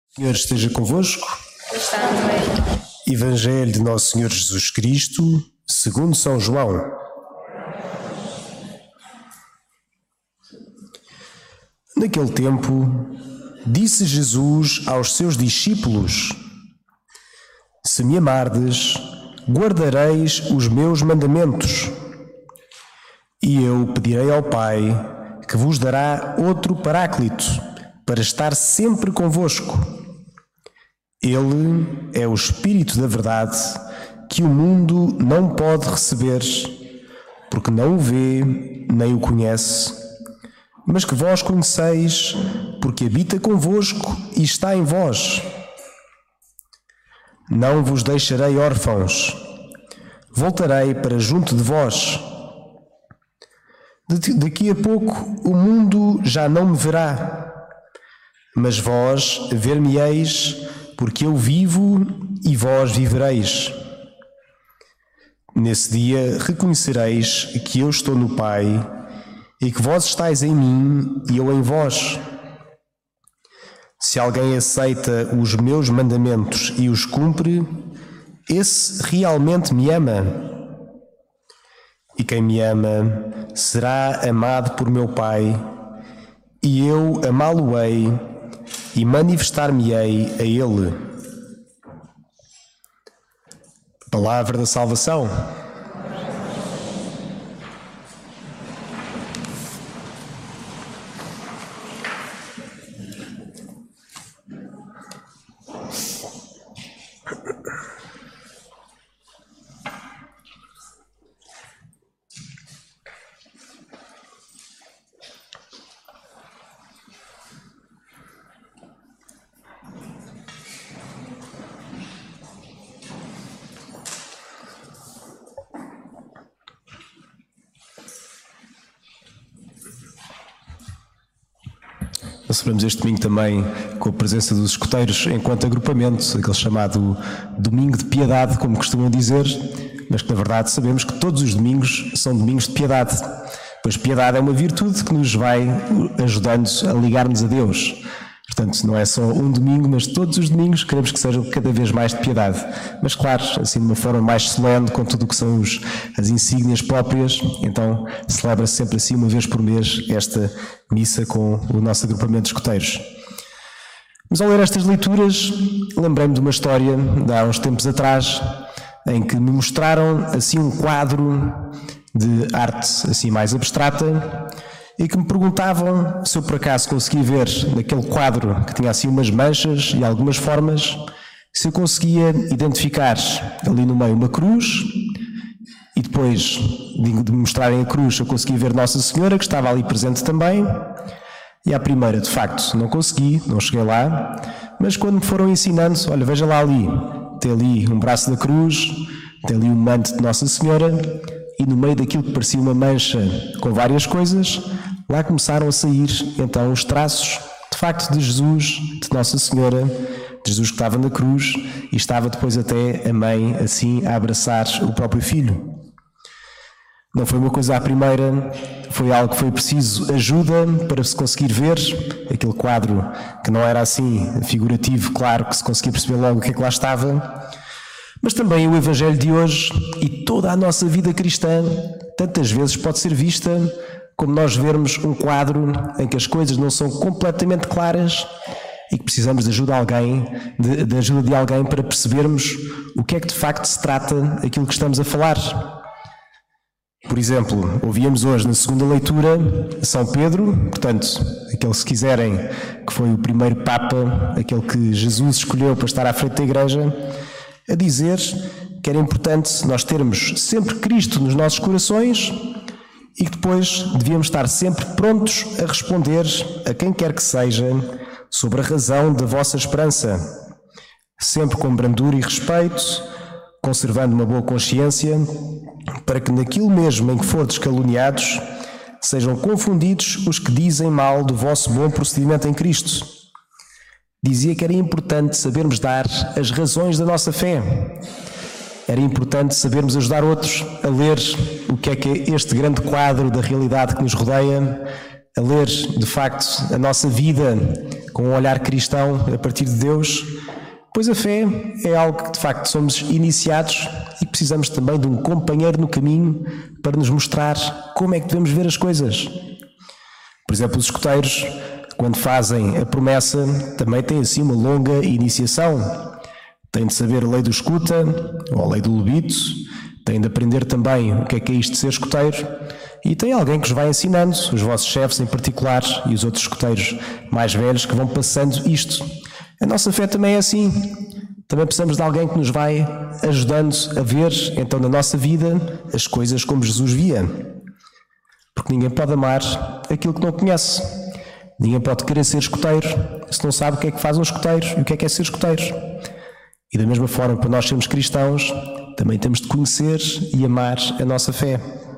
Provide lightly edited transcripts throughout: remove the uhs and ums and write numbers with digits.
O Senhor esteja convosco. Está no meio. Evangelho de Nosso Senhor Jesus Cristo, segundo São João. Naquele tempo, disse Jesus aos seus discípulos: Se me amardes, guardareis os meus mandamentos. E eu pedirei ao Pai, que vos dará outro Paráclito, para estar sempre convosco. Ele é o Espírito da verdade, que o mundo não pode receber, porque não o vê nem o conhece, mas que vós conheceis, porque habita convosco e está em vós. Não vos deixarei órfãos, voltarei para junto de vós. Daqui a pouco o mundo já não me verá, mas vós ver-me-eis, porque eu vivo e vós vivereis. Nesse dia reconhecereis que eu estou no Pai e que vós estáis em mim e eu em vós. Se alguém aceita os meus mandamentos e os cumpre, esse realmente me ama. E quem me ama será amado por meu Pai, e eu amá-lo-ei e manifestar-me-ei a ele. Palavra da salvação. Nós celebramos este domingo também com a presença dos escuteiros enquanto agrupamento, aquele chamado Domingo de Piedade, como costumam dizer, mas que na verdade sabemos que todos os domingos são domingos de piedade, pois piedade é uma virtude que nos vai ajudando a ligar-nos a Deus. Portanto, não é só um domingo, mas todos os domingos queremos que sejam cada vez mais de piedade. Mas claro, assim de uma forma mais solene, com tudo o que são as insígnias próprias, então celebra-se sempre assim uma vez por mês esta missa com o nosso agrupamento de escuteiros. Mas ao ler estas leituras, lembrei-me de uma história de há uns tempos atrás, em que me mostraram assim um quadro de arte assim mais abstrata, e que me perguntavam se eu por acaso conseguia ver naquele quadro que tinha assim umas manchas e algumas formas, se eu conseguia identificar ali no meio uma cruz, e depois de me mostrarem a cruz eu conseguia ver Nossa Senhora, que estava ali presente também, e à primeira de facto não consegui, não cheguei lá, mas quando me foram ensinando, olha, veja lá ali, tem ali um braço da cruz, tem ali um manto de Nossa Senhora, e no meio daquilo que parecia uma mancha com várias coisas, lá começaram a sair então os traços, de facto, de Jesus, de Nossa Senhora, de Jesus que estava na cruz e estava depois até a mãe assim a abraçar o próprio filho. Não foi uma coisa à primeira, foi algo que foi preciso ajuda para se conseguir ver aquele quadro que não era assim figurativo, claro que se conseguia perceber logo o que é que lá estava. Mas também o Evangelho de hoje e toda a nossa vida cristã tantas vezes pode ser vista como nós vermos um quadro em que as coisas não são completamente claras e que precisamos de ajuda de alguém para percebermos o que é que de facto se trata aquilo que estamos a falar. Por exemplo, ouvíamos hoje na segunda leitura São Pedro, portanto, aquele, se quiserem, que foi o primeiro Papa, aquele que Jesus escolheu para estar à frente da Igreja, a dizer que era importante nós termos sempre Cristo nos nossos corações e que depois devíamos estar sempre prontos a responder a quem quer que seja sobre a razão da vossa esperança, sempre com brandura e respeito, conservando uma boa consciência, para que naquilo mesmo em que fordes caluniados sejam confundidos os que dizem mal do vosso bom procedimento em Cristo. Dizia que era importante sabermos dar as razões da nossa fé. Era importante sabermos ajudar outros a ler o que é este grande quadro da realidade que nos rodeia, a ler, de facto, a nossa vida com um olhar cristão a partir de Deus, pois a fé é algo que, de facto, somos iniciados e precisamos também de um companheiro no caminho para nos mostrar como é que devemos ver as coisas. Por exemplo, os escuteiros, quando fazem a promessa, também têm assim uma longa iniciação. Têm de saber a lei do escuta, ou a lei do levito, têm de aprender também o que é isto de ser escuteiro, e tem alguém que os vai ensinando, os vossos chefes em particular e os outros escuteiros mais velhos que vão passando isto. A nossa fé também é assim. Também precisamos de alguém que nos vai ajudando a ver, então, na nossa vida, as coisas como Jesus via. Porque ninguém pode amar aquilo que não conhece. Ninguém pode querer ser escuteiro se não sabe o que é que faz um escuteiro e o que é ser escuteiro. E da mesma forma, para nós sermos cristãos, também temos de conhecer e amar a nossa fé.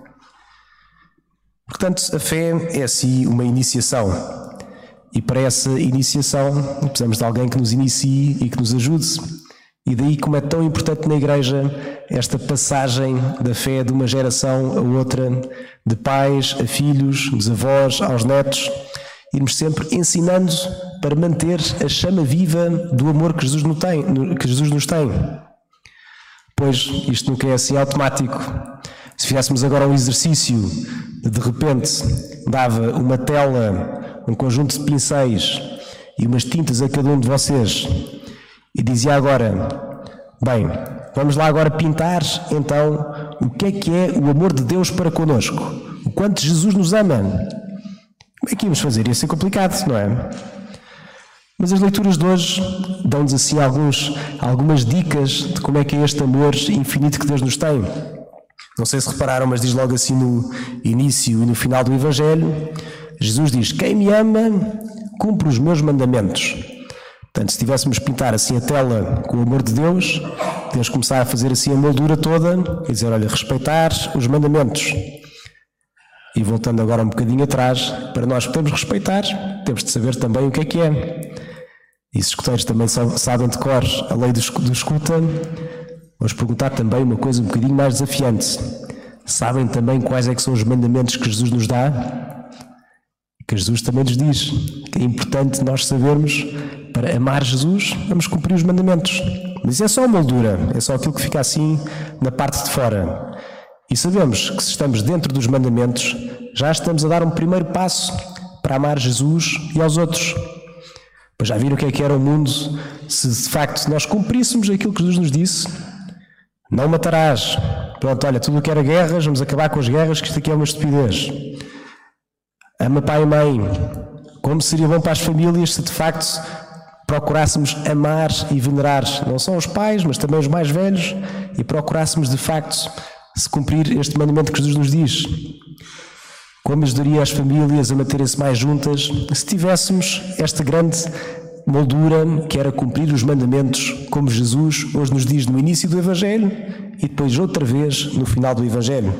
Portanto, a fé é assim uma iniciação. E para essa iniciação precisamos de alguém que nos inicie e que nos ajude. E daí como é tão importante na Igreja esta passagem da fé de uma geração a outra, de pais a filhos, dos avós aos netos, irmos sempre ensinando para manter a chama viva do amor que Jesus nos tem. Pois isto nunca é assim automático. Se fizéssemos agora um exercício de repente dava uma tela, um conjunto de pincéis e umas tintas a cada um de vocês e dizia agora, bem, vamos lá agora pintar então o que é o amor de Deus para connosco, o quanto Jesus nos ama. Como é que íamos fazer? Ia ser complicado, não é? Mas as leituras de hoje dão-nos assim algumas dicas de como é que é este amor infinito que Deus nos tem. Não sei se repararam, mas diz logo assim no início e no final do Evangelho, Jesus diz, quem me ama, cumpre os meus mandamentos. Portanto, se tivéssemos pintar assim a tela com o amor de Deus, temos que começar a fazer assim a moldura toda e dizer, olha, respeitar os mandamentos. E voltando agora um bocadinho atrás, para nós podermos respeitar, temos de saber também o que é. E se os escuteiros também sabem de cor a lei do escuta, vamos perguntar também uma coisa um bocadinho mais desafiante. Sabem também quais é que são os mandamentos que Jesus nos dá? Que Jesus também nos diz que é importante nós sabermos, para amar Jesus, vamos cumprir os mandamentos. Mas é só a moldura, é só aquilo que fica assim na parte de fora. E sabemos que se estamos dentro dos mandamentos, já estamos a dar um primeiro passo para amar Jesus e aos outros. Pois já viram o que era o mundo se de facto nós cumpríssemos aquilo que Jesus nos disse? Não matarás. Pronto, olha, tudo o que era guerras, vamos acabar com as guerras, que isto aqui é uma estupidez. Ama pai e mãe. Como seria bom para as famílias se de facto procurássemos amar e venerar não só os pais, mas também os mais velhos e procurássemos de facto se cumprir este mandamento que Jesus nos diz. Como ajudaria as famílias a manterem-se mais juntas se tivéssemos esta grande moldura que era cumprir os mandamentos como Jesus hoje nos diz no início do Evangelho e depois outra vez no final do Evangelho.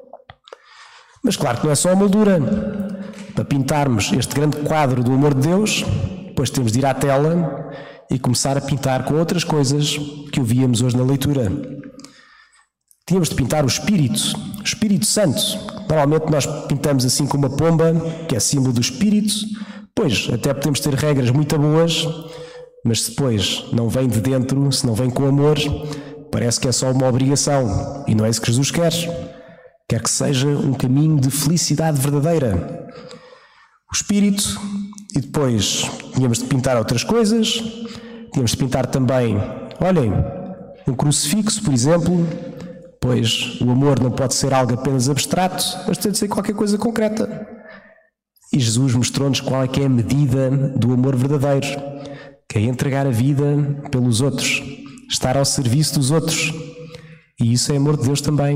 Mas claro que não é só a moldura. Para pintarmos este grande quadro do amor de Deus, depois temos de ir à tela e começar a pintar com outras coisas que ouvíamos hoje na leitura. Tínhamos de pintar o Espírito Santo. Normalmente nós pintamos assim com uma pomba, que é símbolo do Espírito. Pois, até podemos ter regras muito boas, mas se depois não vem de dentro, se não vem com amor, parece que é só uma obrigação. E não é isso que Jesus quer. Quer que seja um caminho de felicidade verdadeira. O Espírito, e depois tínhamos de pintar outras coisas, tínhamos de pintar também, olhem, um crucifixo, por exemplo, pois o amor não pode ser algo apenas abstrato, mas tem de ser qualquer coisa concreta. E Jesus mostrou-nos qual é que é a medida do amor verdadeiro, que é entregar a vida pelos outros, estar ao serviço dos outros. E isso é amor de Deus também.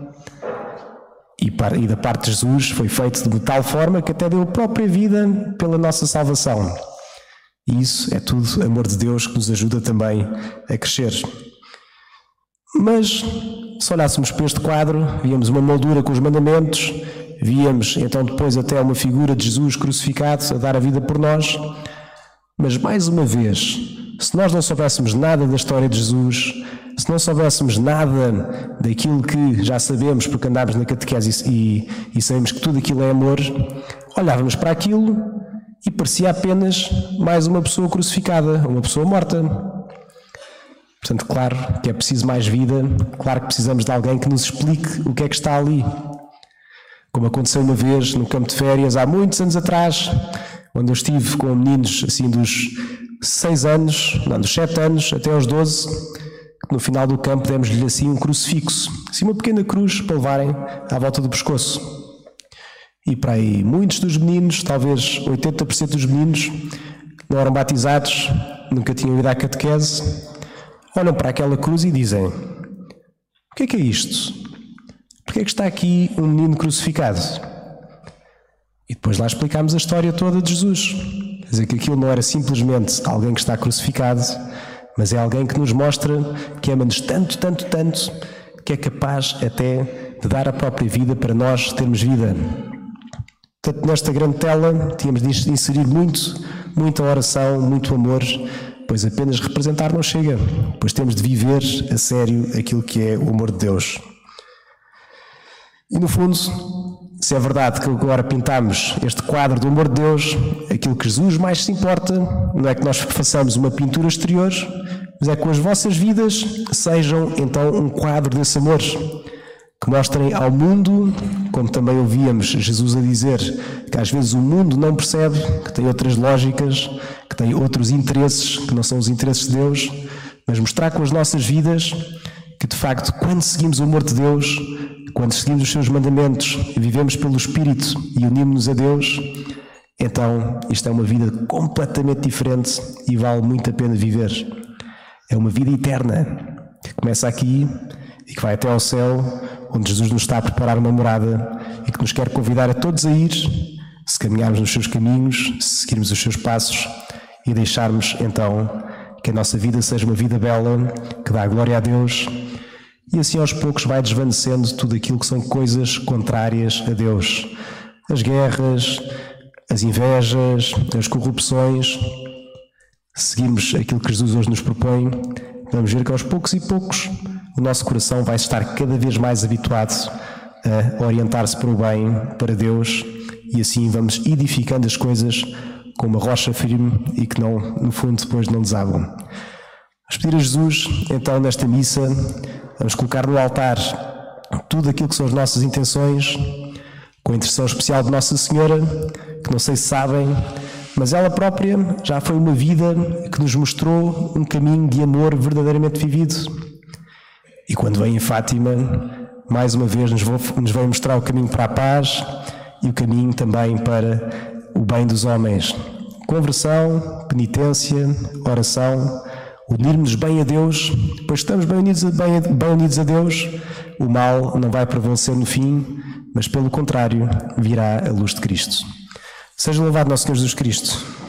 E da parte de Jesus foi feito de tal forma que até deu a própria vida pela nossa salvação. E isso é tudo amor de Deus que nos ajuda também a crescer. Mas, se olhássemos para este quadro, víamos uma moldura com os mandamentos, víamos então depois até uma figura de Jesus crucificado a dar a vida por nós. Mas, mais uma vez, se nós não soubéssemos nada da história de Jesus, se não soubéssemos nada daquilo que já sabemos porque andámos na catequese e sabemos que tudo aquilo é amor, olhávamos para aquilo e parecia apenas mais uma pessoa crucificada, uma pessoa morta. Portanto, claro que é preciso mais vida, claro que precisamos de alguém que nos explique o que é que está ali. Como aconteceu uma vez no campo de férias, há muitos anos atrás, onde eu estive com meninos assim dos 6 anos, não, dos 7 anos até aos 12, que no final do campo demos-lhe assim um crucifixo, assim uma pequena cruz para levarem à volta do pescoço. E para aí muitos dos meninos, talvez 80% dos meninos, que não eram batizados, nunca tinham ido à catequese, olham para aquela cruz e dizem: o que é isto? Porquê é que está aqui um menino crucificado? E depois lá explicámos a história toda de Jesus. Quer dizer que aquilo não era simplesmente alguém que está crucificado, mas é alguém que nos mostra que ama-nos tanto, tanto, tanto, que é capaz até de dar a própria vida para nós termos vida. Portanto, nesta grande tela tínhamos de inserir muita oração, muito amor, pois apenas representar não chega, pois temos de viver a sério aquilo que é o amor de Deus. E no fundo, se é verdade que agora pintamos este quadro do amor de Deus, aquilo que Jesus mais se importa não é que nós façamos uma pintura exterior, mas é que as vossas vidas sejam então um quadro desse amor, que mostrem ao mundo, como também ouvíamos Jesus a dizer, que às vezes o mundo não percebe, que tem outras lógicas, que tem outros interesses, que não são os interesses de Deus, mas mostrar com as nossas vidas que de facto quando seguimos o amor de Deus, quando seguimos os seus mandamentos e vivemos pelo Espírito e unimos-nos a Deus, então isto é uma vida completamente diferente e vale muito a pena viver. É uma vida eterna que começa aqui e que vai até ao céu, onde Jesus nos está a preparar uma morada e que nos quer convidar a todos a ir, se caminharmos nos seus caminhos, se seguirmos os seus passos e deixarmos então que a nossa vida seja uma vida bela, que dá glória a Deus, e assim aos poucos vai desvanecendo tudo aquilo que são coisas contrárias a Deus. As guerras, as invejas, as corrupções. Se seguirmos aquilo que Jesus hoje nos propõe, vamos ver que aos poucos e poucos o nosso coração vai estar cada vez mais habituado a orientar-se para o bem, para Deus, e assim vamos edificando as coisas com uma rocha firme e que não, no fundo, depois não desabam. Vamos pedir a Jesus, então, nesta missa, vamos colocar no altar tudo aquilo que são as nossas intenções, com a intercessão especial de Nossa Senhora, que não sei se sabem, mas ela própria já foi uma vida que nos mostrou um caminho de amor verdadeiramente vivido. E quando vem em Fátima, mais uma vez nos vem mostrar o caminho para a paz e o caminho também para o bem dos homens. Conversão, penitência, oração, unirmos bem a Deus, pois estamos bem unidos a Deus, o mal não vai prevalecer no fim, mas pelo contrário, virá a luz de Cristo. Seja louvado nosso Senhor Jesus Cristo.